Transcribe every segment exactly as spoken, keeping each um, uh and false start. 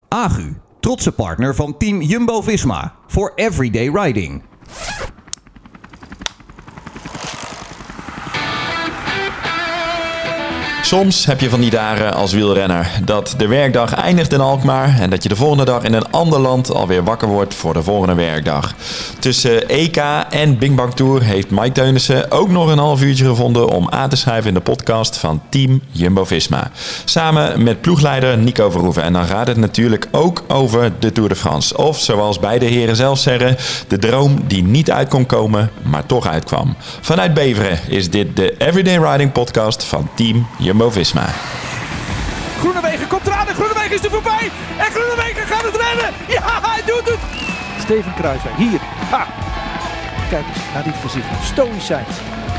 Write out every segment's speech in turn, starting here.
A G U, trotse partner van Team Jumbo-Visma voor everyday riding. Soms heb je van die dagen als wielrenner dat de werkdag eindigt in Alkmaar en dat je de volgende dag in een ander land alweer wakker wordt voor de volgende werkdag. Tussen E K en Bing Bang Tour heeft Mike Teunissen ook nog een half uurtje gevonden om aan te schrijven in de podcast van Team Jumbo-Visma. Samen met ploegleider Nico Verhoeven. En dan gaat het natuurlijk ook over de Tour de France. Of zoals beide heren zelf zeggen, de droom die niet uit kon komen, maar toch uitkwam. Vanuit Beveren is dit de Everyday Riding podcast van Team Jumbo-Visma. Groenewegen komt eraan en Groenewegen is er voorbij. En Groenewegen gaat het redden. Ja, hij doet het. Steven Kruijswijk, hier. Ha. Kijk eens naar dit gezicht. Stoïcijns.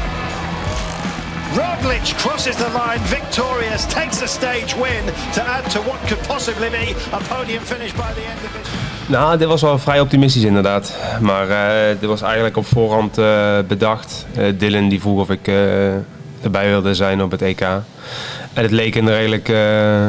Roglic crosses the line victorious, takes a stage win to add to what could possibly be a podium finish by the end of this. Nou, dit was wel vrij optimistisch inderdaad. Maar uh, dit was eigenlijk op voorhand uh, bedacht. Uh, Dylan die vroeg of ik uh, erbij wilde zijn op het E K. En het leek een redelijk uh,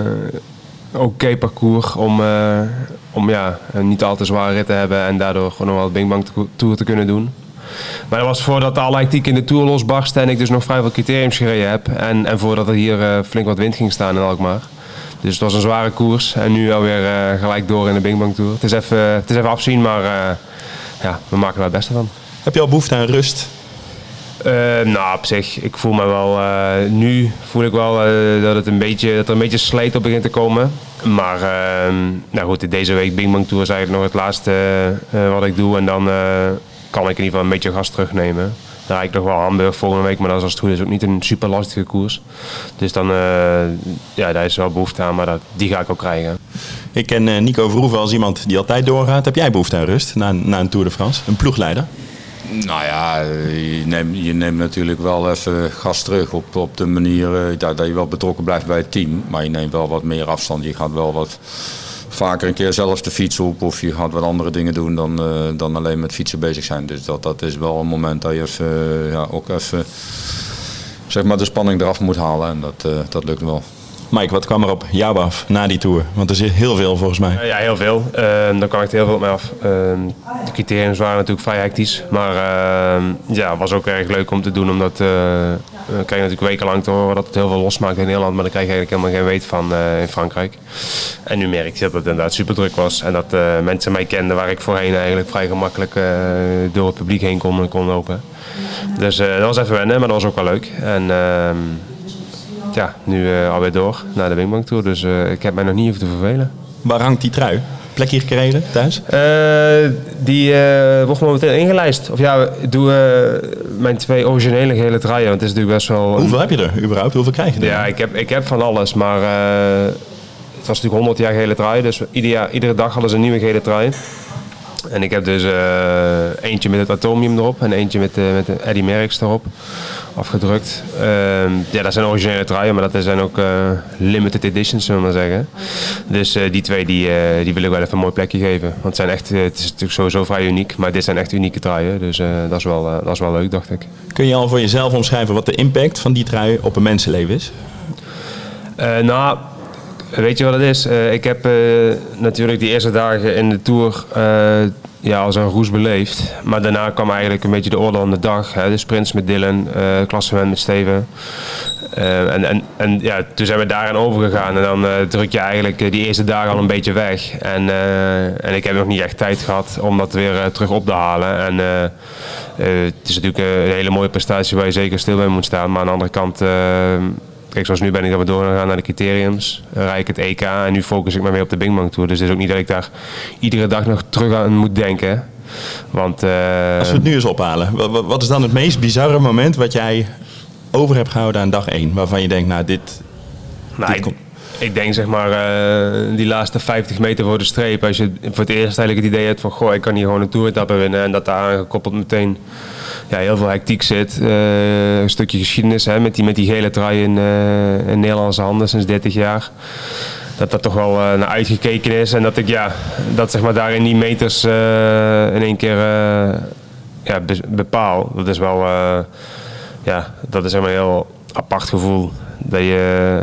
oké okay parcours om, uh, om ja, een niet al te zware rit te hebben en daardoor gewoon nog wel het Bing Bang Tour te kunnen doen. Maar dat was voordat alle hectiek in de Tour losbarstte en ik dus nog vrij veel criteriums gereden heb. En, en voordat er hier uh, flink wat wind ging staan in Alkmaar. Dus het was een zware koers en nu alweer uh, gelijk door in de Bing Bang Tour. Het is even, het is even afzien, maar uh, ja, we maken er het beste van. Heb je al behoefte aan rust? Uh, nou, op zich, ik voel me wel, uh, nu voel ik wel uh, dat, het een beetje, dat er een beetje sleet op begint te komen. Maar uh, nou goed, deze week Bing Bang Tour is eigenlijk nog het laatste uh, wat ik doe. En dan uh, kan ik in ieder geval een beetje gas terugnemen. Dan rijd ik nog wel Hamburg volgende week, maar dat is als het goed is ook niet een super lastige koers. Dus dan, uh, ja, daar is wel behoefte aan, maar dat, die ga ik ook krijgen. Ik ken uh, Nico Verhoeven als iemand die altijd doorgaat. Heb jij behoefte aan rust na, na een Tour de France? Een ploegleider? Nou ja, je neemt, je neemt natuurlijk wel even gas terug op, op de manier uh, dat, dat je wel betrokken blijft bij het team. Maar je neemt wel wat meer afstand. Je gaat wel wat vaker een keer zelf de fiets op of je gaat wat andere dingen doen dan, uh, dan alleen met fietsen bezig zijn. Dus dat, dat is wel een moment dat je even, uh, ja, ook even zeg maar de spanning eraf moet halen en dat, uh, dat lukt wel. Mike, wat kwam er op jou af na die Tour? Want er zit heel veel volgens mij. Ja, heel veel. Uh, daar kwam echt heel veel op mij af. Uh, de criteriums waren natuurlijk vrij hectisch. Maar uh, ja, het was ook erg leuk om te doen. Omdat uh, we kregen natuurlijk wekenlang te horen dat het heel veel losmaakt in Nederland. Maar daar krijg je eigenlijk helemaal geen weet van uh, in Frankrijk. En nu merk je dat het inderdaad super druk was. En dat uh, mensen mij kenden waar ik voorheen eigenlijk vrij gemakkelijk uh, door het publiek heen kon, kon lopen. Dus uh, dat was even wennen, maar dat was ook wel leuk. En... Uh, Ja, nu uh, alweer door naar de Bing Bang Tour, dus uh, ik heb mij nog niet hoeven te vervelen. Waar hangt die trui? Plekje gekregen thuis? Uh, die uh, wordt momenteel ingelijst. Of ja, ik doe uh, mijn twee originele gele truien, want het is natuurlijk best wel... Hoeveel heb je er überhaupt? Hoeveel krijg je er? Ja, ik heb, ik heb van alles, maar uh, het was natuurlijk honderd jaar gele trui, dus ieder jaar, iedere dag hadden ze een nieuwe gele trui. En ik heb dus uh, eentje met het Atomium erop en eentje met, uh, met de Eddy Merckx erop afgedrukt. Uh, ja, dat zijn originele truien, maar dat zijn ook uh, limited editions, zullen we maar zeggen. Dus uh, die twee die, uh, die wil ik wel even een mooi plekje geven. Want het, zijn echt, uh, het is natuurlijk sowieso vrij uniek, maar dit zijn echt unieke truien. Dus uh, dat, is wel, uh, dat is wel leuk, dacht ik. Kun je al voor jezelf omschrijven wat de impact van die trui op een mensenleven is? Uh, nou... Weet je wat het is? Uh, ik heb uh, natuurlijk die eerste dagen in de Tour uh, ja, als een roes beleefd. Maar daarna kwam eigenlijk een beetje de orde van de dag. Hè? De sprints met Dylan, uh, klassement met Steven. Uh, en, en, en ja, toen zijn we daarin overgegaan. En dan uh, druk je eigenlijk uh, die eerste dagen al een beetje weg. En, uh, en ik heb nog niet echt tijd gehad om dat weer uh, terug op te halen. En uh, uh, het is natuurlijk een hele mooie prestatie waar je zeker stil bij moet staan. Maar aan de andere kant... Uh, Kijk, zoals nu ben ik dan weer doorgegaan naar de criteriums, dan rijd ik het E K en nu focus ik me weer op de Bing Bang Tour. Dus het is ook niet dat ik daar iedere dag nog terug aan moet denken. Want, uh... Als we het nu eens ophalen, wat, wat is dan het meest bizarre moment wat jij over hebt gehouden aan dag één? Waarvan je denkt, nou dit... Nou, dit ik, komt... ik denk zeg maar uh, die laatste vijftig meter voor de streep. Als je voor het eerst eigenlijk het idee hebt van, goh, ik kan hier gewoon een toeretappe winnen. En dat daar aangekoppeld meteen... Ja, heel veel hectiek zit. Uh, een stukje geschiedenis hè, met, die, met die gele trui in, uh, in Nederlandse handen sinds dertig jaar. Dat dat toch wel uh, naar uitgekeken is. En dat ik ja, dat zeg maar daar in die meters uh, in één keer uh, ja, be- bepaal. Dat is wel uh, ja, dat is zeg maar een heel apart gevoel. Dat je,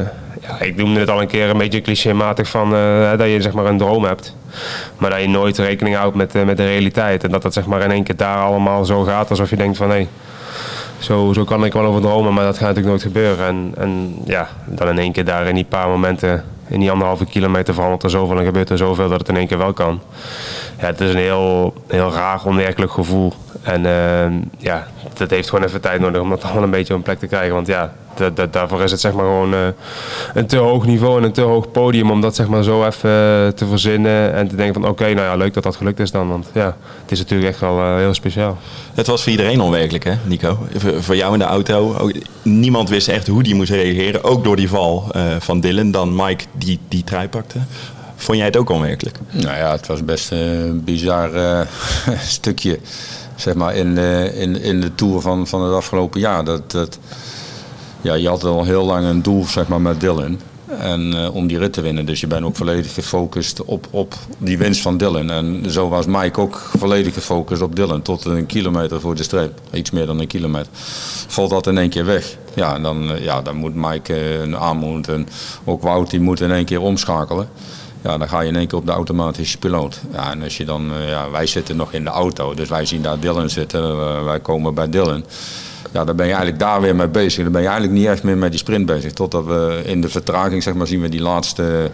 Ja, ik noemde het al een keer een beetje clichématig van uh, dat je zeg maar een droom hebt. Maar dat je nooit rekening houdt met, uh, met de realiteit. En dat dat zeg maar in één keer daar allemaal zo gaat alsof je denkt van hé, hey, zo, zo kan ik wel over dromen, maar dat gaat natuurlijk nooit gebeuren. En, en ja, dan in één keer daar in die paar momenten, in die anderhalve kilometer verandert er zoveel en gebeurt er zoveel dat het in één keer wel kan. Ja, het is een heel, heel raar, onwerkelijk gevoel. En uh, ja, dat heeft gewoon even tijd nodig om dat allemaal een beetje op een plek te krijgen. Want ja, dat, dat, daarvoor is het zeg maar gewoon uh, een te hoog niveau en een te hoog podium om dat zeg maar zo even uh, te verzinnen. En te denken van oké, okay, nou ja, leuk dat dat gelukt is dan. Want ja, het is natuurlijk echt wel uh, heel speciaal. Het was voor iedereen onwerkelijk, hè, Nico? Voor, voor jou in de auto. Ook, niemand wist echt hoe die moest reageren. Ook door die val uh, van Dylan. Dan Mike die die trui pakte. Vond jij het ook onwerkelijk? Nou ja, het was best een bizar uh, stukje, zeg maar, in de, in, in de Tour van, van het afgelopen jaar. Dat, dat, ja, je had al heel lang een doel, zeg maar, met Dylan. En uh, om die rit te winnen. Dus je bent ook volledig gefocust op, op die winst van Dylan. En zo was Mike ook volledig gefocust op Dylan. Tot een kilometer voor de streep. Iets meer dan een kilometer. Valt dat in één keer weg. Ja, en dan, uh, ja, dan moet Mike uh, een Aamund en ook Wout, die moet in één keer omschakelen. Ja, dan ga je in één keer op de automatische piloot. Ja, en als je dan, uh, ja, wij zitten nog in de auto. Dus wij zien daar Dylan zitten. Uh, wij komen bij Dylan. Ja, dan ben je eigenlijk daar weer mee bezig. Dan ben je eigenlijk niet echt meer met die sprint bezig. Totdat we in de vertraging, zeg maar, zien we die laatste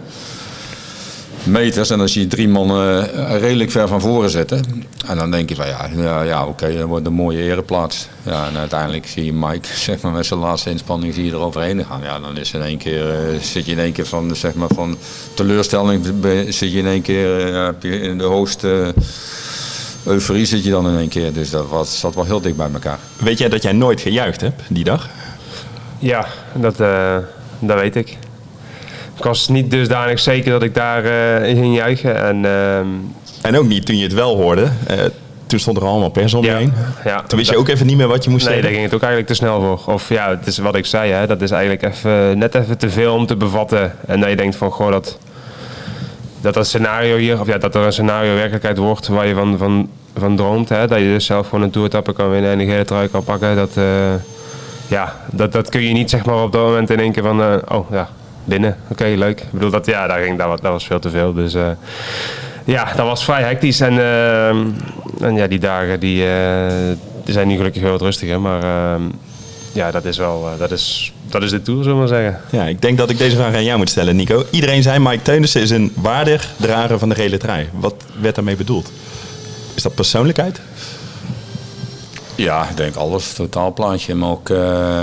meters. En dan zie je drie man uh, redelijk ver van voren zitten. En dan denk je van ja, ja, ja oké, okay, dat wordt een mooie ereplaats. Ja, en uiteindelijk zie je Mike, zeg maar, met zijn laatste inspanning zie je er overheen gaan. Ja, dan is in één keer, uh, zit je in één keer van, zeg maar, van teleurstelling, zit je in één keer uh, heb je in de hoogste euforie zit je dan in één keer. Dus dat was, zat wel heel dicht bij elkaar. Weet jij dat jij nooit gejuicht hebt die dag? Ja, dat, uh, dat weet ik. Ik was niet dusdanig zeker dat ik daar uh, in ging juichen. En, uh, en ook niet toen je het wel hoorde. Uh, toen stond er allemaal pers om je ja, heen. Ja, toen wist je ook even niet meer wat je moest nee, zeggen. Nee, daar ging het ook eigenlijk te snel voor. Of ja, het is wat ik zei. Hè, dat is eigenlijk even, net even te veel om te bevatten. En dat je denkt van, goh, dat... dat dat scenario hier, of ja, dat er een scenario werkelijkheid wordt waar je van, van, van droomt. Hè? Dat je dus zelf gewoon een toeretappe kan winnen en een gele trui kan pakken. Dat, uh, ja, dat, dat kun je niet zeg maar op dat moment in één keer van, uh, oh ja, binnen. Oké, okay, leuk. Ik bedoel, dat, ja, daar ging, dat, dat was veel te veel. Dus uh, ja, dat was vrij hectisch. En, uh, en ja, die dagen die, uh, die zijn nu gelukkig heel wat rustiger. Maar uh, ja, dat is wel, uh, dat is... Dat is de Tour, zullen we maar zeggen. Ja, ik denk dat ik deze vraag aan jou moet stellen, Nico. Iedereen zei, Mike Teunissen is een waardig drager van de gele trui. Wat werd daarmee bedoeld? Is dat persoonlijkheid? Ja, ik denk alles. Totaalplaatje. Maar ook, uh,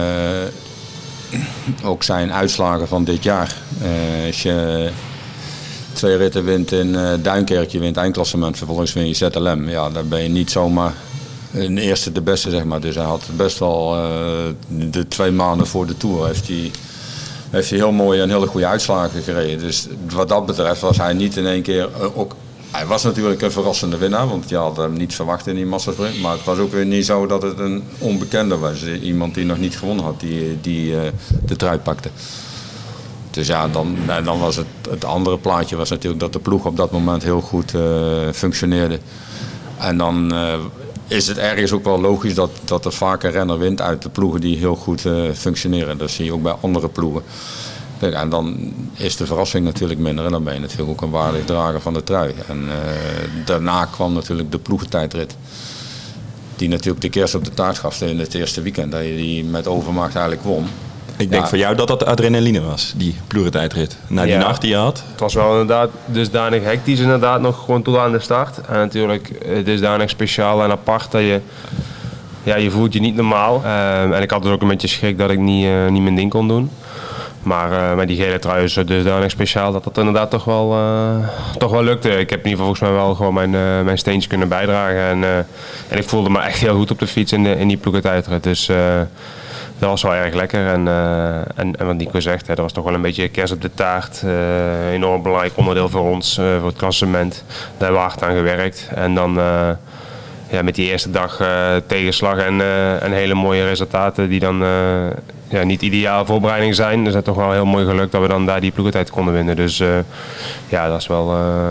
ook zijn uitslagen van dit jaar. Uh, als je twee ritten wint in uh, Duinkerk, je wint eindklassement, vervolgens win je Z L M. Ja, dan ben je niet zomaar... een eerste de beste, zeg maar. Dus hij had best wel uh, de twee maanden voor de Tour heeft hij, heeft hij heel mooie en hele goede uitslagen gereden. Dus wat dat betreft was hij niet in één keer uh, ook. Hij was natuurlijk een verrassende winnaar, want je had hem niet verwacht in die massasprint. Maar het was ook weer niet zo dat het een onbekende was. Iemand die nog niet gewonnen had, die, die uh, de trui pakte. Dus ja, dan, dan was het, het andere plaatje was natuurlijk dat de ploeg op dat moment heel goed uh, functioneerde. En dan... Uh, is het ergens ook wel logisch dat, dat er vaak een renner wint uit de ploegen die heel goed uh, functioneren. Dat zie je ook bij andere ploegen. Kijk, en dan is de verrassing natuurlijk minder en dan ben je natuurlijk ook een waardig drager van de trui. En uh, daarna kwam natuurlijk de ploegentijdrit. Die natuurlijk de kerst op de taart gaf in het eerste weekend. Dat je die met overmacht eigenlijk won. Ik denk ja. voor jou dat dat de adrenaline was, die ploegentijdrit. Na die ja. nacht die je had. Het was wel inderdaad dusdanig hectisch inderdaad nog gewoon tot aan de start. En natuurlijk dusdanig speciaal en apart dat je... Ja, je voelt je niet normaal. Uh, en ik had dus ook een beetje schrik dat ik niet, uh, niet mijn ding kon doen. Maar uh, met die gele trui is het dusdanig speciaal dat dat inderdaad toch wel, uh, toch wel lukte. Ik heb in ieder geval volgens mij wel gewoon mijn, uh, mijn steentje kunnen bijdragen. En, uh, en ik voelde me echt heel goed op de fiets in, de, in die ploegentijdrit. Dus... Uh, Dat was wel erg lekker en, uh, en, en wat Nico zegt, hè, dat was toch wel een beetje kerst op de taart. Uh, een enorm belangrijk onderdeel voor ons, uh, voor het klassement. Daar hebben we hard aan gewerkt. En dan uh, ja, met die eerste dag uh, tegenslag en, uh, en hele mooie resultaten die dan uh, ja, niet ideale voorbereiding zijn. Dus het is toch wel heel mooi gelukt dat we dan daar die ploegentijd konden winnen. Dus uh, ja, dat is wel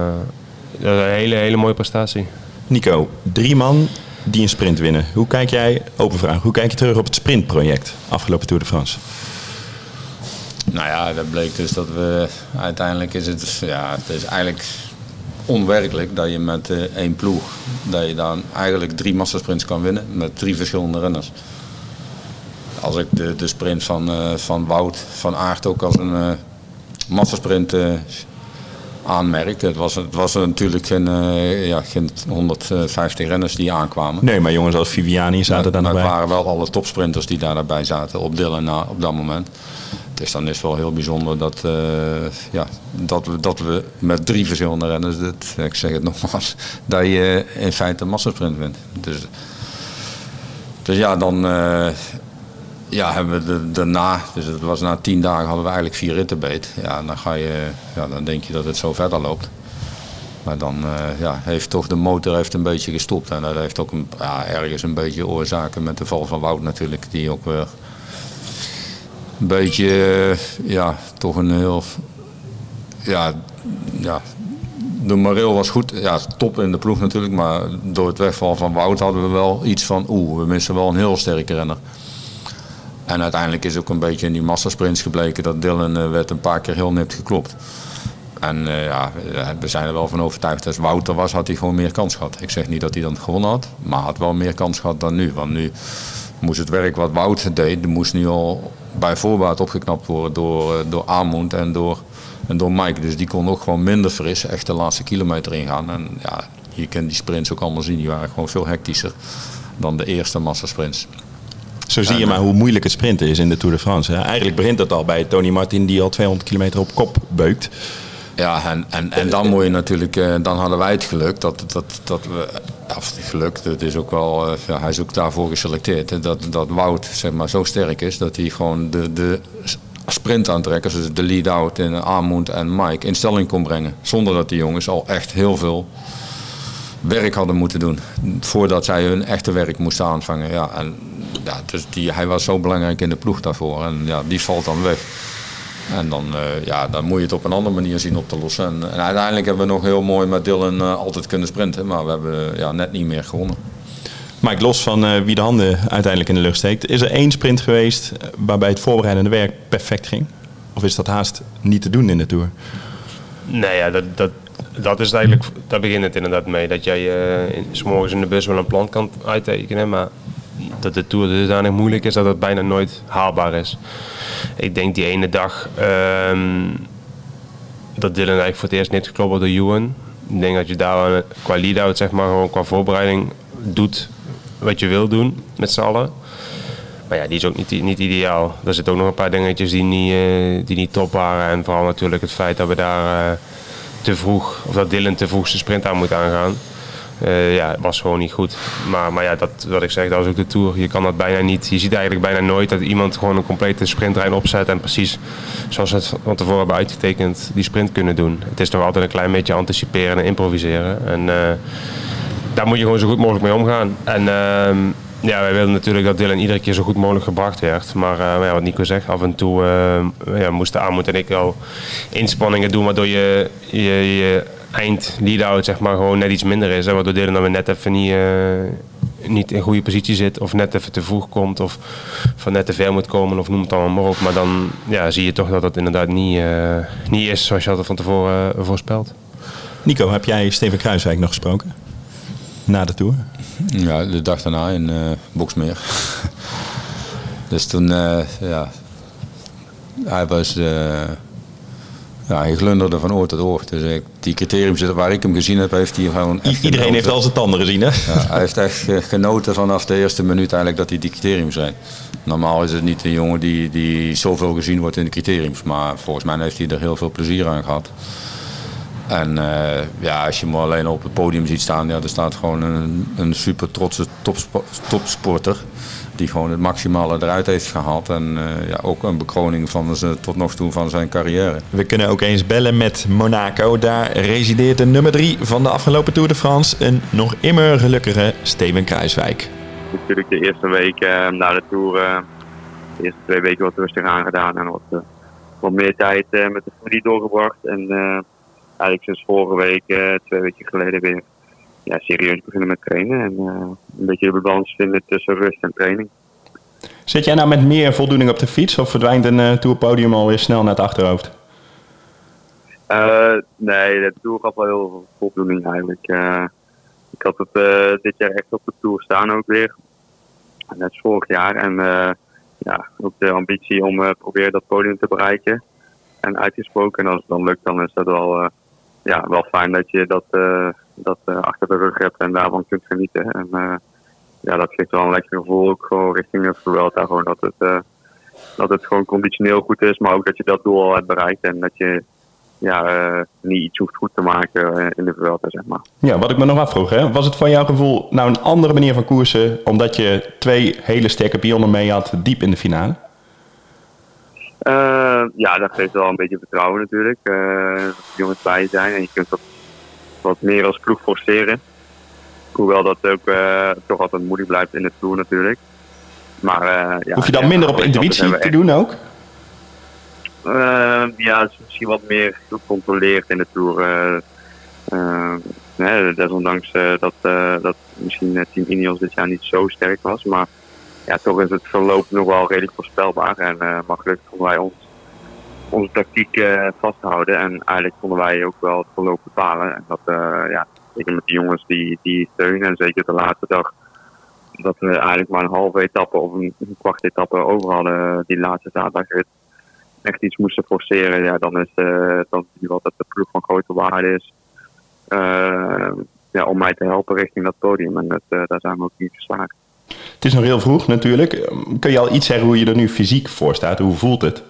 uh, dat is een hele, hele mooie prestatie. Nico, drie man die een sprint winnen. Hoe kijk jij, open vraag, hoe kijk je terug op het sprintproject afgelopen Tour de France? Nou ja, dat bleek dus dat we uiteindelijk is het, ja, het is eigenlijk onwerkelijk dat je met uh, één ploeg, dat je dan eigenlijk drie massasprints kan winnen met drie verschillende renners. Als ik de, de sprint van, uh, van Wout van Aert ook als een uh, massasprint uh, aanmerk. Het was, het was natuurlijk geen, uh, ja, geen honderdvijftig renners die aankwamen. Nee, maar jongens als Viviani zaten daar nog bij. Het waren wel alle topsprinters die daarbij zaten op Dylan na, op dat moment. Dus dan is het wel heel bijzonder dat, uh, ja, dat, we, dat we met drie verschillende renners, dit, ik zeg het nogmaals, dat je in feite een massasprint wint. Dus, dus ja, dan uh, ja, hebben we de, daarna, dus het was na tien dagen hadden we eigenlijk vier ritten beet. Ja, dan, ga je, ja, dan denk je dat het zo verder loopt. Maar dan uh, ja, heeft toch de motor heeft een beetje gestopt. En dat heeft ook een, ja, ergens een beetje oorzaken met de val van Wout natuurlijk, die ook weer een beetje, uh, ja, toch een heel, ja, ja, de moreel was goed, ja, top in de ploeg natuurlijk, maar door het wegval van Wout hadden we wel iets van, oeh, we missen wel een heel sterke renner. En uiteindelijk is ook een beetje in die massasprints gebleken dat Dylan uh, werd een paar keer heel nipt geklopt. En uh, ja, we zijn er wel van overtuigd, als Wouter was, had hij gewoon meer kans gehad. Ik zeg niet dat hij dan gewonnen had, maar had wel meer kans gehad dan nu. Want nu moest het werk wat Wout deed, moest nu al bij voorbaat opgeknapt worden door, uh, door Amund en door, en door Mike. Dus die kon ook gewoon minder fris echt de laatste kilometer ingaan. En ja, je kunt die sprints ook allemaal zien, die waren gewoon veel hectischer dan de eerste massasprints. Zo zie je maar hoe moeilijk het sprinten is in de Tour de France. Hè? Eigenlijk begint het al bij Tony Martin die al tweehonderd kilometer op kop beukt. Ja, en, en, en dan moet je natuurlijk, dan hadden wij het geluk dat, dat, dat we, of het geluk, het is ook wel, ja, hij is ook daarvoor geselecteerd, hè, dat, dat Wout zeg maar zo sterk is dat hij gewoon de, de sprintaantrekkers, dus de lead-out in Amund en Mike, in stelling kon brengen. Zonder dat die jongens al echt heel veel werk hadden moeten doen voordat zij hun echte werk moesten aanvangen. Ja, en, ja, dus die, hij was zo belangrijk in de ploeg daarvoor en ja, die valt dan weg. En dan, uh, ja, dan moet je het op een andere manier zien op te lossen. En, en uiteindelijk hebben we nog heel mooi met Dylan uh, altijd kunnen sprinten, maar we hebben ja, net niet meer gewonnen. Mike, los van uh, wie de handen uiteindelijk in de lucht steekt, is er één sprint geweest waarbij het voorbereidende werk perfect ging? Of is dat haast niet te doen in de Tour? Nee, ja, dat, dat, dat is het eigenlijk, daar begint het inderdaad mee. Dat jij uh, in, 's morgens in de bus wel een plan kan uittekenen, maar dat de Tour dusdanig moeilijk is dat het bijna nooit haalbaar is. Ik denk die ene dag um, dat Dylan eigenlijk voor het eerst niet geklopt wordt door Ewan. Ik denk dat je daar qua lead-out, zeg maar, gewoon qua voorbereiding doet wat je wil doen met z'n allen. Maar ja, die is ook niet, niet ideaal. Er zitten ook nog een paar dingetjes die niet, uh, die niet top waren. En vooral natuurlijk het feit dat we daar uh, te vroeg, of dat Dylan te vroeg zijn sprint aan moet aangaan. Uh, ja, het was gewoon niet goed. Maar, maar ja, dat, wat ik zeg, dat was ook de Tour. Je kan dat bijna niet. Je ziet eigenlijk bijna nooit dat iemand gewoon een complete sprintlijn opzet en precies zoals we het van tevoren hebben uitgetekend die sprint kunnen doen. Het is toch altijd een klein beetje anticiperen en improviseren. En uh, daar moet je gewoon zo goed mogelijk mee omgaan. En uh, ja, wij wilden natuurlijk dat Dylan iedere keer zo goed mogelijk gebracht werd. Maar uh, ja, wat Nico zegt, af en toe uh, ja, moesten Amund en ik al inspanningen doen waardoor je je, je eind lead-out zeg maar gewoon net iets minder is. Hè, waardoor Dylan dan weer net even niet, uh, niet in goede positie zit of net even te vroeg komt of van net te ver moet komen of noem het allemaal maar op. Maar dan ja, zie je toch dat het inderdaad niet, uh, niet is zoals je had het van tevoren uh, voorspeld. Nico, heb jij Steven Kruijswijk nog gesproken? Na de Tour? Ja, de dag daarna in uh, Boxmeer. Dus toen, uh, ja, hij was, uh, ja, hij glunderde van oor tot oor. Dus ik, die criteriums waar ik hem gezien heb, heeft hij gewoon echt Iedereen genoten. Heeft al zijn tanden gezien, hè? Ja, hij heeft echt genoten vanaf de eerste minuut eigenlijk dat hij die criteriums zijn. Normaal is het niet een jongen die, die zoveel gezien wordt in de criteriums, maar volgens mij heeft hij er heel veel plezier aan gehad. En uh, ja, als je hem alleen op het podium ziet staan, ja, er staat gewoon een, een super trotse topspo- topsporter. Die gewoon het maximale eruit heeft gehaald. En uh, ja, ook een bekroning van zijn, tot nog toe van zijn carrière. We kunnen ook eens bellen met Monaco. Daar resideert de nummer drie van de afgelopen Tour de France. Een nog immer gelukkige Steven Kruijswijk. Natuurlijk de eerste week uh, na de Tour, uh, de eerste twee weken wat rustig aangedaan. En wat, uh, wat meer tijd uh, met de familie doorgebracht. En uh, eigenlijk sinds vorige week, uh, twee weken geleden weer ja, serieus beginnen met trainen. En uh, een beetje de balans vinden tussen rust en training. Zit jij nou met meer voldoening op de fiets of verdwijnt een uh, tourpodium alweer snel naar het achterhoofd? Uh, nee, de Tour gaf wel heel veel voldoening eigenlijk. Uh, ik had het uh, dit jaar echt op de Tour staan ook weer. Net als vorig jaar. En uh, ja, ook de ambitie om uh, proberen dat podium te bereiken. En uitgesproken, en als het dan lukt, dan is dat wel, uh, ja, wel fijn dat je dat, uh, dat uh, achter de rug hebt en daarvan kunt genieten. En uh, ja, dat geeft wel een lekker gevoel ook gewoon richting de Vuelta. Gewoon dat het, uh, dat het gewoon conditioneel goed is, maar ook dat je dat doel al hebt bereikt. En dat je ja, uh, niet iets hoeft goed te maken uh, in de Vuelta, zeg maar. Ja, wat ik me nog afvroeg, hè, was het van jouw gevoel nou een andere manier van koersen, omdat je twee hele sterke pionnen mee had diep in de finale? Uh, ja, dat geeft wel een beetje vertrouwen natuurlijk. Uh, dat de jongens bij je zijn en je kunt dat wat meer als ploeg forceren. Hoewel dat ook uh, toch altijd moeilijk blijft in de Tour natuurlijk. Maar, uh, ja, hoef je dan ja, minder op intuïtie te echt doen ook? Uh, ja, het is misschien wat meer gecontroleerd in de Tour. Uh, uh, nee, desondanks uh, dat, uh, dat misschien uh, Team Ineos dit jaar niet zo sterk was. Maar ja, toch is het verloop nog wel redelijk voorspelbaar. En uh, maar gelukkig konden wij ons, onze tactiek uh, vasthouden. En eigenlijk konden wij ook wel het verloop bepalen. En dat, uh, ja, zeker met de jongens die, die steunen. En zeker de laatste dag. Dat we eigenlijk maar een halve etappe of een, een kwart etappe over hadden die laatste zaterdagrit. Echt iets moesten forceren, ja, dan is uh, dan zie je wel dat de ploeg van grote waarde is uh, ja, om mij te helpen richting dat podium. En dat, uh, daar zijn we ook niet geslaagd. Het is nog heel vroeg natuurlijk. Kun je al iets zeggen hoe je er nu fysiek voor staat? Hoe voelt het?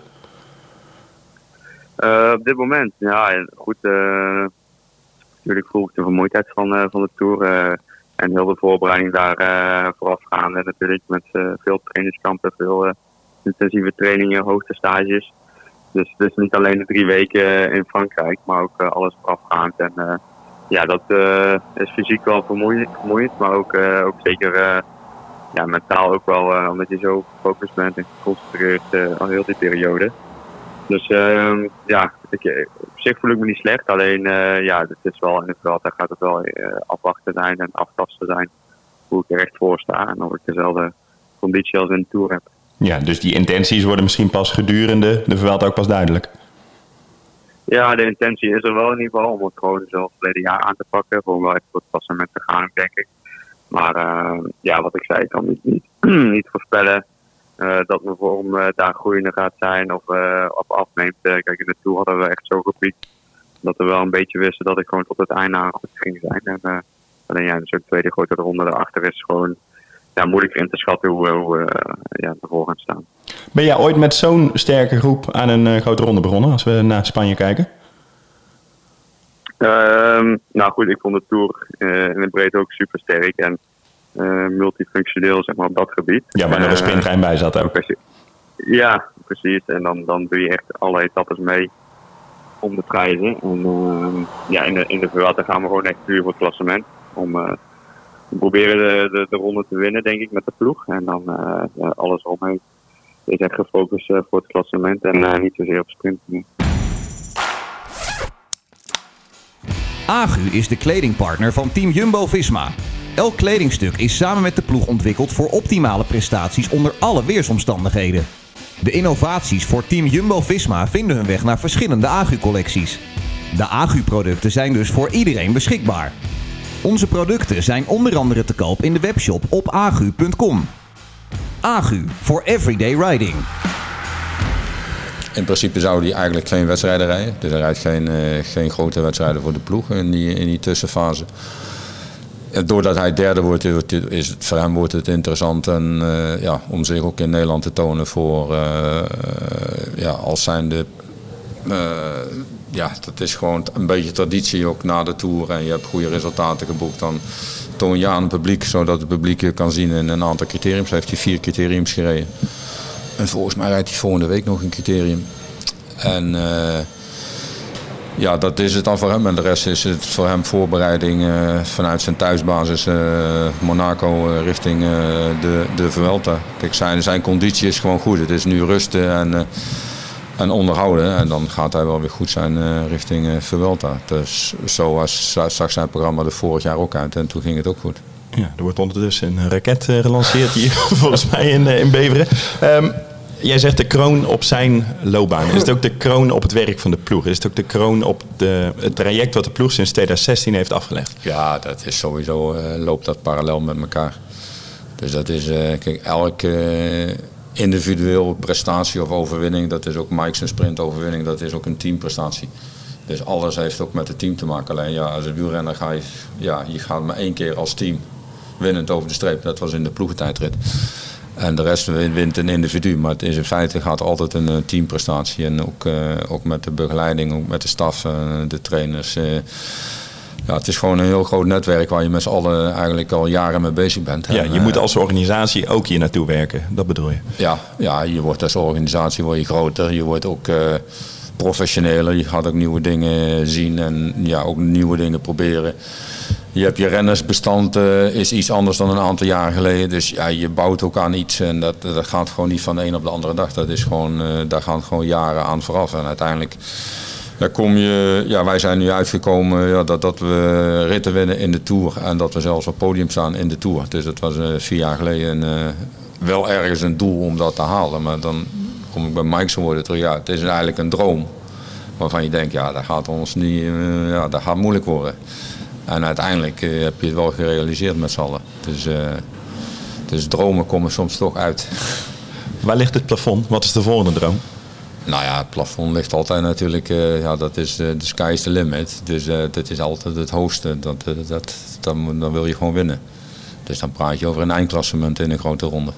Uh, op dit moment, ja, goed. Uh, natuurlijk voel ik de vermoeidheid van, uh, van de Tour. Uh, en heel de voorbereiding daar uh, voorafgaande natuurlijk. Met uh, veel trainingskampen, veel uh, intensieve trainingen, hoogte stages. Dus het is niet alleen de drie weken in Frankrijk, maar ook uh, alles voorafgaand. En uh, ja, dat uh, is fysiek wel vermoeiend, vermoeiend maar ook, uh, ook zeker uh, ja, mentaal ook wel, uh, omdat je zo gefocust bent en geconcentreerd uh, al heel die periode. Dus uh, ja, ik, op zich voel ik me niet slecht, alleen uh, ja, het is wel in het veld, daar gaat het wel uh, afwachten zijn en aftasten zijn hoe ik er echt voor sta en of ik dezelfde conditie als in de Tour heb. Ja, dus die intenties worden misschien pas gedurende de Vuelta ook pas duidelijk. Ja, de intentie is er wel in ieder geval om het gewoon zoals het verleden jaar aan te pakken. Gewoon wel even voor het klassement te gaan, denk ik. Maar uh, ja, wat ik zei, ik kan niet, niet, niet voorspellen uh, dat mijn vorm uh, daar groeiende gaat zijn of uh, op afneemt. Uh, kijk, in de Tour hadden we echt zo gepiekt dat we wel een beetje wisten dat ik gewoon tot het einde goed ging zijn. En uh, alleen ja, dus ook de tweede grote ronde daarachter is gewoon ja, moeilijker in te schatten hoe we hoe, uh, ja, ervoor gaan staan. Ben jij ooit met zo'n sterke groep aan een uh, grote ronde begonnen als we naar Spanje kijken? Uh, nou goed, ik vond de Tour uh, in het breed ook super sterk en uh, multifunctioneel zeg maar, op dat gebied. Ja, waar er een sprinttrein bij zat ook. Uh, ja, precies. En dan, dan doe je echt alle etappes mee om de prijzen. En uh, ja, in de, in de Vuelta gaan we gewoon echt puur voor het klassement. Om uh, te proberen de, de, de ronde te winnen, denk ik, met de ploeg. En dan uh, ja, alles omheen is echt gefocust uh, voor het klassement en uh, niet zozeer op sprinten. Agu is de kledingpartner van Team Jumbo-Visma. Elk kledingstuk is samen met de ploeg ontwikkeld voor optimale prestaties onder alle weersomstandigheden. De innovaties voor Team Jumbo-Visma vinden hun weg naar verschillende Agu-collecties. De Agu-producten zijn dus voor iedereen beschikbaar. Onze producten zijn onder andere te koop in de webshop op agu punt com. Agu voor everyday riding. In principe zou hij eigenlijk geen wedstrijden rijden. Dus hij rijdt geen, uh, geen grote wedstrijden voor de ploeg in die, in die tussenfase. Doordat hij derde wordt, is het, voor hem wordt het interessant en, uh, ja, om zich ook in Nederland te tonen voor uh, ja, als zijnde. Uh, ja, dat is gewoon een beetje traditie ook na de Tour en je hebt goede resultaten geboekt. Dan toon je aan het publiek, zodat het publiek je kan zien in een aantal criteriums. Hij heeft hij vier criteriums gereden. En volgens mij rijdt hij volgende week nog een criterium. En uh, ja, dat is het dan voor hem. En de rest is het voor hem voorbereiding uh, vanuit zijn thuisbasis uh, Monaco uh, richting uh, de, de Vuelta. Kijk, zijn, zijn conditie is gewoon goed. Het is nu rusten en, uh, en onderhouden. En dan gaat hij wel weer goed zijn uh, richting uh, Vuelta. Dus zo was, zag zijn programma er vorig jaar ook uit. En toen ging het ook goed. Ja, er wordt ondertussen een raket uh, gelanceerd hier, volgens mij in, uh, in Beveren. Um, jij zegt de kroon op zijn loopbaan. Is het ook de kroon op het werk van de ploeg? Is het ook de kroon op de, het traject wat de ploeg sinds twintig zestien heeft afgelegd? Ja, dat is sowieso, uh, loopt dat parallel met elkaar. Dus dat is, uh, kijk, elke uh, individuele prestatie of overwinning, dat is ook Mike's een sprintoverwinning, dat is ook een teamprestatie. Dus alles heeft ook met het team te maken. Alleen ja, als een wielrenner ga je, ja, je gaat maar één keer als team winnend over de streep. Dat was in de ploegentijdrit. En de rest wint een individu. Maar het is in feite gaat altijd een uh, teamprestatie. En ook, uh, ook met de begeleiding, ook met de staf, uh, de trainers. Uh, ja, het is gewoon een heel groot netwerk waar je met z'n allen eigenlijk al jaren mee bezig bent. Ja, en, je uh, moet als organisatie ook hier naartoe werken. Dat bedoel je? Ja, ja, je wordt als organisatie word je groter. Je wordt ook uh, professioneler. Je gaat ook nieuwe dingen zien en ja, ook nieuwe dingen proberen. Je hebt je rennersbestand uh, is iets anders dan een aantal jaar geleden. Dus ja, je bouwt ook aan iets en dat, dat gaat gewoon niet van de een op de andere dag. Dat is gewoon, uh, daar gaan gewoon jaren aan vooraf. En uiteindelijk daar kom je, ja, wij zijn nu uitgekomen ja, dat, dat we ritten winnen in de Tour. En dat we zelfs op het podium staan in de Tour. Dus dat was uh, vier jaar geleden uh, wel ergens een doel om dat te halen. Maar dan kom ik bij Mike's woorden terug. Ja, het is eigenlijk een droom waarvan je denkt, ja, dat gaat ons niet, uh, ja, dat gaat moeilijk worden. En uiteindelijk uh, heb je het wel gerealiseerd met z'n allen. Dus, uh, dus dromen komen soms toch uit. Waar ligt het plafond? Wat is de volgende droom? Nou ja, het plafond ligt altijd natuurlijk, uh, ja, dat is de uh, sky is the limit. Dus uh, dat is altijd het hoogste. Dat, uh, dat, dan, dan wil je gewoon winnen. Dus dan praat je over een eindklassement in een grote ronde.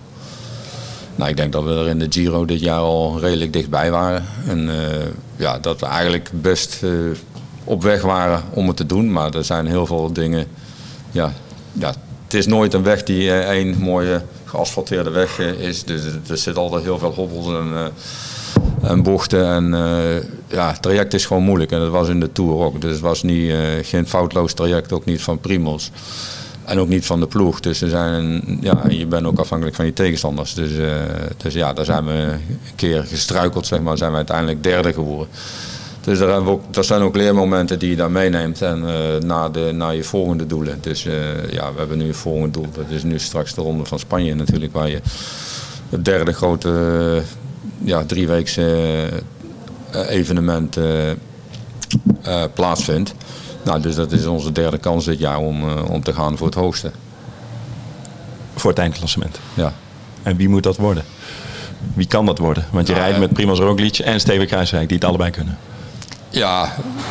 Nou, ik denk dat we er in de Giro dit jaar al redelijk dichtbij waren. En uh, ja, dat we eigenlijk best uh, op weg waren om het te doen. Maar er zijn heel veel dingen. Ja, ja, het is nooit een weg die uh, één mooie geasfalteerde weg uh, is. Dus er zit altijd heel veel hobbels en, uh, en bochten. En uh, ja, het traject is gewoon moeilijk. En dat was in de Tour ook. Dus het was niet, uh, geen foutloos traject, ook niet van Primož. En ook niet van de ploeg. Dus er zijn, ja, je bent ook afhankelijk van je tegenstanders. Dus, uh, dus ja, daar zijn we een keer gestruikeld, zeg maar. Zijn we uiteindelijk derde geworden. Dus daar hebben we ook, dat zijn ook leermomenten die je daar meeneemt. En uh, naar, de, naar je volgende doelen. Dus uh, ja, we hebben nu een volgend doel. Dat is nu straks de ronde van Spanje natuurlijk. Waar je het derde grote uh, ja, drieweekse uh, evenement uh, uh, plaatsvindt. Nou, dus dat is onze derde kans dit jaar om, uh, om te gaan voor het hoogste. Voor het eindklassement? Ja. En wie moet dat worden? Wie kan dat worden? Want je nou, rijdt met Primož Roglič en Steven Kruijswijk die het allebei kunnen. Ja,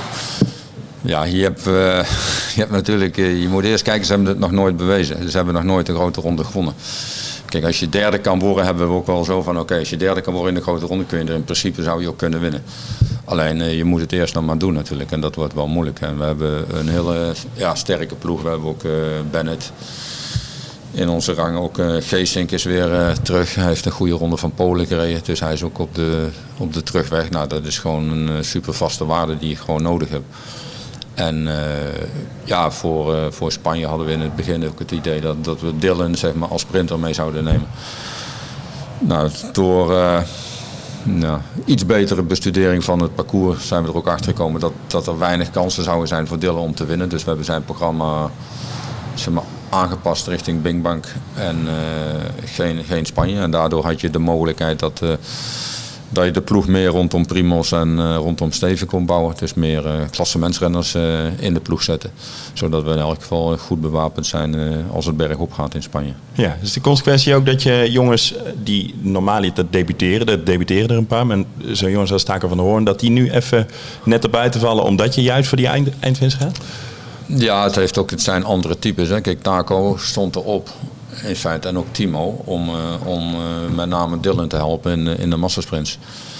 ja je, hebt, uh, je hebt natuurlijk, uh, je moet eerst kijken, ze hebben het nog nooit bewezen. Ze hebben nog nooit een grote ronde gewonnen. Kijk, als je derde kan worden, hebben we ook wel zo van, oké, okay, als je derde kan worden in de grote ronde, kun je er in principe zou je ook kunnen winnen. Alleen uh, je moet het eerst nog maar doen natuurlijk en dat wordt wel moeilijk. En we hebben een hele ja, sterke ploeg. We hebben ook uh, Bennett in onze rang. Ook uh, Geesink is weer uh, terug. Hij heeft een goede ronde van Polen gereden. Dus hij is ook op de, op de terugweg. Nou, dat is gewoon een uh, super vaste waarde die je gewoon nodig hebt. En uh, ja, voor, uh, voor Spanje hadden we in het begin ook het idee dat, dat we Dylan zeg maar, als sprinter mee zouden nemen. Nou, door uh, nou, iets betere bestudering van het parcours zijn we er ook achter gekomen dat, dat er weinig kansen zouden zijn voor Dylan om te winnen. Dus we hebben zijn programma zeg maar, aangepast richting Bingbank en uh, geen, geen Spanje. En daardoor had je de mogelijkheid dat, uh, dat je de ploeg meer rondom Primož en uh, rondom Steven kon bouwen. Dus meer uh, klassementsrenners uh, in de ploeg zetten. Zodat we in elk geval goed bewapend zijn uh, als het bergop gaat in Spanje. Ja, dus de consequentie ook dat je jongens die normaal niet debuteren, dat debuteren er een paar, maar zo'n jongens als Taco van der Hoorn, dat die nu even net erbij te vallen omdat je juist voor die eind, eindwinst gaat? Ja, het, heeft ook, het zijn andere types. Hè. Kijk, Taco stond erop in feite en ook Timo om, uh, om uh, met name Dylan te helpen in, uh, in de massasprints.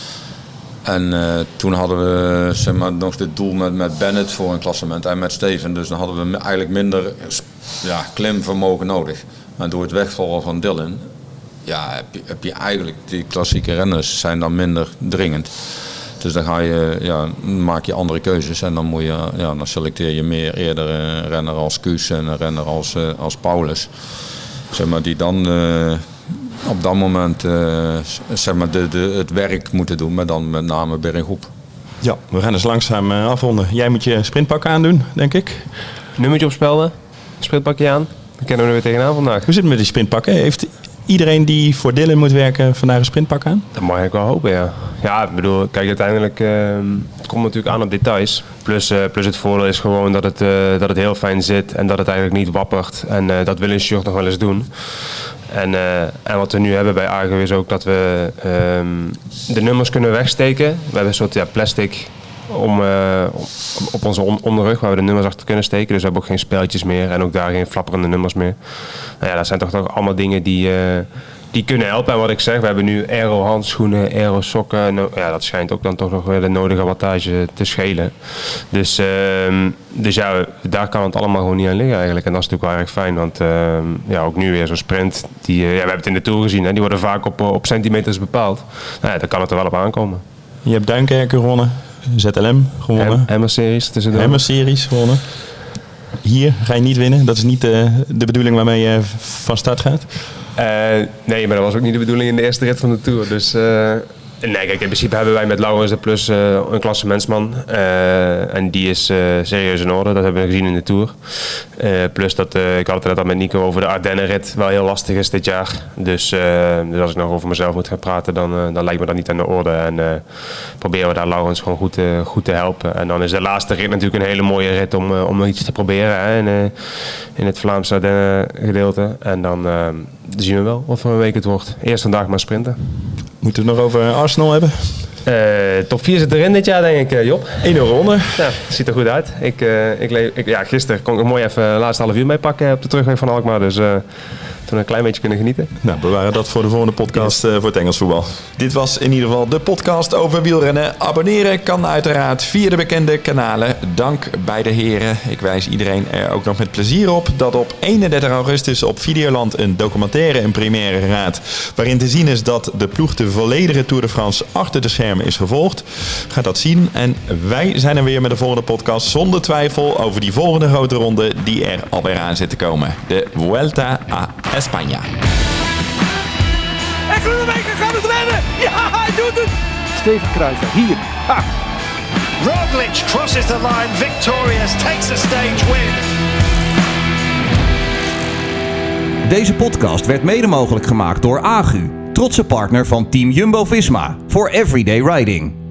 En uh, toen hadden we zeg maar, nog dit doel met, met Bennett voor een klassement en met Steven. Dus dan hadden we eigenlijk minder ja, klimvermogen nodig. En door het wegvallen van Dylan ja, heb, je, heb je eigenlijk die klassieke renners zijn dan minder dringend. Dus dan ga je, ja, maak je andere keuzes en dan, moet je, ja, dan selecteer je meer eerder een renner als Kuus en een renner als, uh, als Paulus. Zeg maar, die dan uh, op dat moment uh, zeg maar de, de, het werk moeten doen, maar dan met name bergop. Ja, we gaan dus langzaam uh, afronden. Jij moet je sprintpak aandoen, denk ik. Nummertje opspelden, sprintpakje aan. Dan kennen we er weer tegenaan vandaag. Hoe zit het met die sprintpakken? Heeft iedereen die voor Dylan moet werken vandaag een sprintpak aan? Dat mag ik wel hopen, ja. Ja, ik bedoel, kijk, uiteindelijk uh, het komt natuurlijk aan op details. Plus, uh, plus het voordeel is gewoon dat het, uh, dat het heel fijn zit en dat het eigenlijk niet wappert. En uh, dat wil een shirt nog wel eens doen. En, uh, en wat we nu hebben bij Argo is ook dat we um, de nummers kunnen wegsteken. We hebben een soort ja, plastic om, uh, op onze on- onderrug waar we de nummers achter kunnen steken. Dus we hebben ook geen speltjes meer en ook daar geen flapperende nummers meer. Nou ja, dat zijn toch, toch allemaal dingen die, uh, die kunnen helpen. En wat ik zeg, we hebben nu aero handschoenen, aero sokken. Nou, ja, dat schijnt ook dan toch nog weer de nodige wattage te schelen. Dus, uh, dus ja, daar kan het allemaal gewoon niet aan liggen eigenlijk. En dat is natuurlijk wel erg fijn, want uh, ja, ook nu weer zo'n sprint. Die, uh, ja, we hebben het in de Tour gezien, hè, die worden vaak op, op centimeters bepaald. Nou ja, daar kan het er wel op aankomen. Je hebt Duinkerken gewonnen, Z L M gewonnen. Hammer Series tussendoor. Hammer Series gewonnen. Hier ga je niet winnen. Dat is niet uh, de bedoeling waarmee je van start gaat. Uh, nee, maar dat was ook niet de bedoeling in de eerste rit van de Tour. Dus uh, nee, kijk, in principe hebben wij met Laurens de Plus uh, een klassementsman. Uh, en die is uh, serieus in orde. Dat hebben we gezien in de Tour. Uh, plus dat, uh, ik had het net al met Nico over de Ardennenrit. Wel heel lastig is dit jaar. Dus, uh, dus als ik nog over mezelf moet gaan praten, dan, uh, dan lijkt me dat niet aan de orde. En uh, proberen we daar Laurens gewoon goed, uh, goed te helpen. En dan is de laatste rit natuurlijk een hele mooie rit om, uh, om nog iets te proberen. Hè, in, uh, in het Vlaamse Ardennen gedeelte. En dan uh, zien we wel wat voor een week het wordt. Eerst vandaag maar sprinten. Moeten we het nog over Arsenal hebben? Uh, top vier zit erin dit jaar, denk ik, uh, Job. één nul ronde. Ja, ziet er goed uit. Ik, uh, ik, le- ik, ja, gisteren kon ik er mooi even de laatste half uur mee pakken op de terugweg van Alkmaar. Dus uh, toen een klein beetje kunnen genieten. Nou, bewaren dat voor de volgende podcast uh, voor het Engels voetbal. Dit was in ieder geval de podcast over wielrennen. Abonneren kan uiteraard via de bekende kanalen. Dank bij de heren. Ik wijs iedereen er ook nog met plezier op dat op eenendertig augustus op Videoland een documentaire in première raadt. Waarin te zien is dat de ploeg de volledige Tour de France achter de schermen is gevolgd. Ga dat zien. En wij zijn er weer met de volgende podcast zonder twijfel over die volgende grote ronde die er alweer aan zit te komen. De Vuelta a España. En Groenewegen gaat het redden. Ja, hij doet het. Steven Kruijswijk, hier. Ha. Roglic crosses the line victorious, takes a stage win. Deze podcast werd mede mogelijk gemaakt door A G U, trotse partner van Team Jumbo-Visma voor Everyday Riding.